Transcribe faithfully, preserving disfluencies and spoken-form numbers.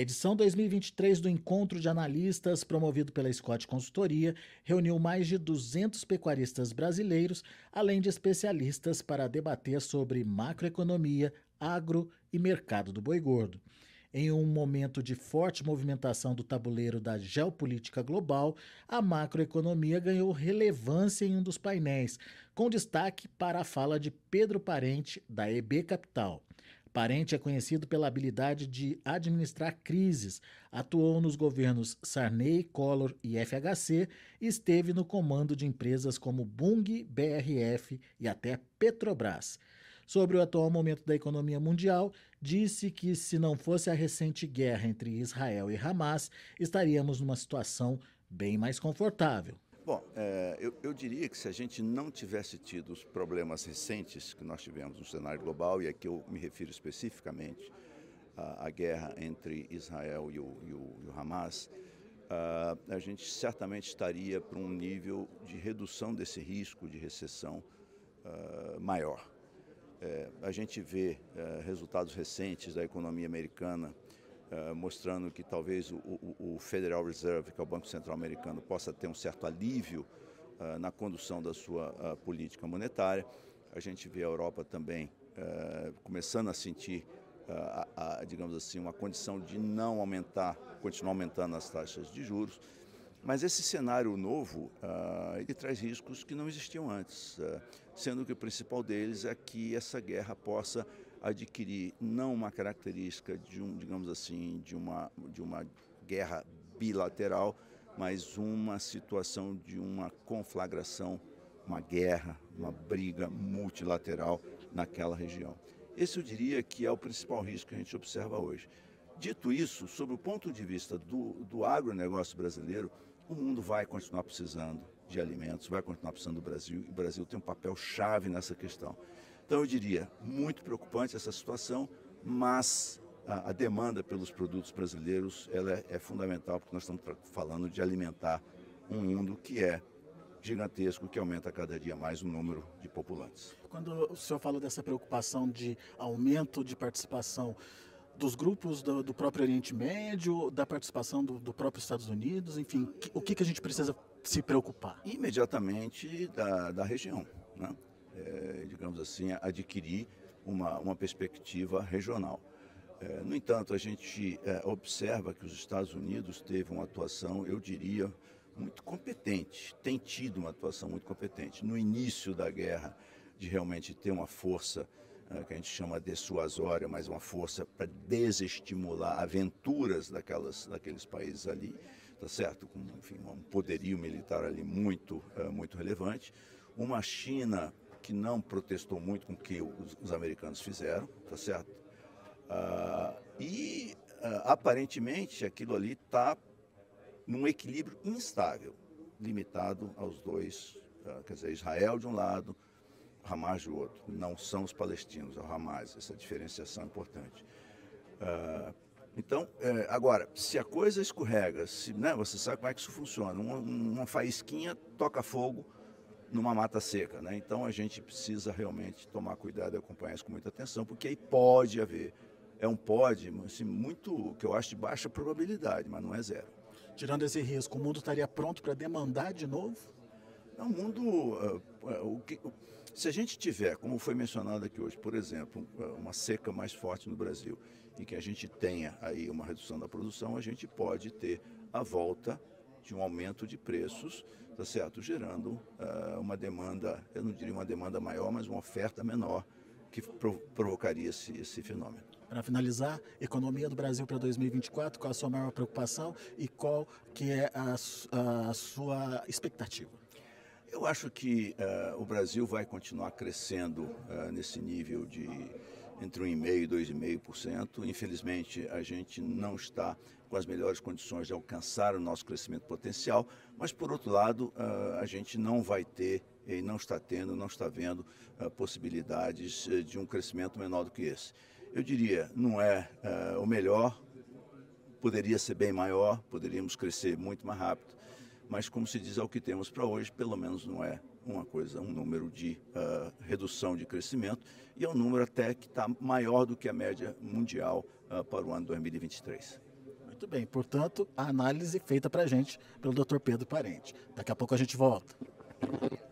edição dois mil e vinte e três do Encontro de Analistas, promovido pela Scott Consultoria, reuniu mais de duzentos pecuaristas brasileiros, além de especialistas, para debater sobre macroeconomia, agro e mercado do boi gordo. Em um momento de forte movimentação do tabuleiro da geopolítica global, a macroeconomia ganhou relevância em um dos painéis, com destaque para a fala de Pedro Parente, da E B Capital. Parente é conhecido pela habilidade de administrar crises, atuou nos governos Sarney, Collor e F H C e esteve no comando de empresas como Bunge, B R F e até Petrobras. Sobre o atual momento da economia mundial, disse que se não fosse a recente guerra entre Israel e Hamas, estaríamos numa situação bem mais confortável. Bom, é, eu, eu diria que se a gente não tivesse tido os problemas recentes que nós tivemos no cenário global, e aqui eu me refiro especificamente à, à guerra entre Israel e o, e o, e o Hamas, uh, a gente certamente estaria para um nível de redução desse risco de recessão uh, maior. É, a gente vê é, resultados recentes da economia americana é, mostrando que talvez o, o, o Federal Reserve, que é o Banco Central americano, possa ter um certo alívio é, na condução da sua a, política monetária. A gente vê a Europa também é, começando a sentir, a, a, digamos assim, uma condição de não aumentar, continuar aumentando as taxas de juros. Mas esse cenário novo, uh, ele traz riscos que não existiam antes, uh, sendo que o principal deles é que essa guerra possa adquirir não uma característica de um, digamos assim, de uma, de uma guerra bilateral, mas uma situação de uma conflagração, uma guerra, uma briga multilateral naquela região. Esse eu diria que é o principal risco que a gente observa hoje. Dito isso, sob o ponto de vista do, do agronegócio brasileiro, o mundo vai continuar precisando de alimentos, vai continuar precisando do Brasil, e o Brasil tem um papel chave nessa questão. Então eu diria, muito preocupante essa situação, mas a, a demanda pelos produtos brasileiros ela é, é fundamental, porque nós estamos falando de alimentar um mundo que é gigantesco, que aumenta cada dia mais o número de populantes. Quando o senhor fala dessa preocupação de aumento de participação dos grupos do, do próprio Oriente Médio, da participação do, do próprio Estados Unidos, enfim, que, o que, que a gente precisa se preocupar? Imediatamente da, da região, né? É, digamos assim, adquirir uma, uma perspectiva regional. É, no entanto, a gente é, observa que os Estados Unidos teve uma atuação, eu diria, muito competente, tem tido uma atuação muito competente. No início da guerra, de realmente ter uma força que a gente chama dissuasória, mas uma força para desestimular aventuras daquelas, daqueles países ali, tá certo? Com, enfim, um poderio militar ali muito, uh, muito relevante. Uma China que não protestou muito com o que os, os americanos fizeram, tá certo? Uh, e, uh, aparentemente, aquilo ali está num equilíbrio instável, limitado aos dois, uh, quer dizer, Israel de um lado, Hamas do outro. Não são os palestinos, é o Hamas, essa diferenciação é importante. Uh, então, é, agora, se a coisa escorrega, se, né, você sabe como é que isso funciona, uma, uma faísquinha toca fogo numa mata seca, né? Então a gente precisa realmente tomar cuidado e acompanhar isso com muita atenção, porque aí pode haver, é um pode, assim, muito, que eu acho de baixa probabilidade, mas não é zero. Tirando esse risco, o mundo estaria pronto para demandar de novo? O mundo, uh, uh, o que, uh, se a gente tiver, como foi mencionado aqui hoje, por exemplo, uh, uma seca mais forte no Brasil e que a gente tenha aí uma redução da produção, a gente pode ter a volta de um aumento de preços, tá certo? Gerando uh, uma demanda, eu não diria uma demanda maior, mas uma oferta menor que prov provocaria esse, esse fenômeno. Para finalizar, economia do Brasil para dois mil e vinte e quatro, qual a sua maior preocupação e qual que é a, a sua expectativa? Eu acho que uh, o Brasil vai continuar crescendo uh, nesse nível de entre um vírgula cinco por cento e dois vírgula cinco por cento. Infelizmente, a gente não está com as melhores condições de alcançar o nosso crescimento potencial, mas, por outro lado, uh, a gente não vai ter e não está tendo, não está vendo uh, possibilidades uh, de um crescimento menor do que esse. Eu diria, não é uh, o melhor, poderia ser bem maior, poderíamos crescer muito mais rápido, mas, como se diz, é o que temos para hoje, pelo menos não é uma coisa, um número de uh, redução de crescimento, e é um número até que está maior do que a média mundial uh, para o ano dois mil e vinte e três. Muito bem, portanto, a análise feita para a gente pelo doutor Pedro Parente. Daqui a pouco a gente volta.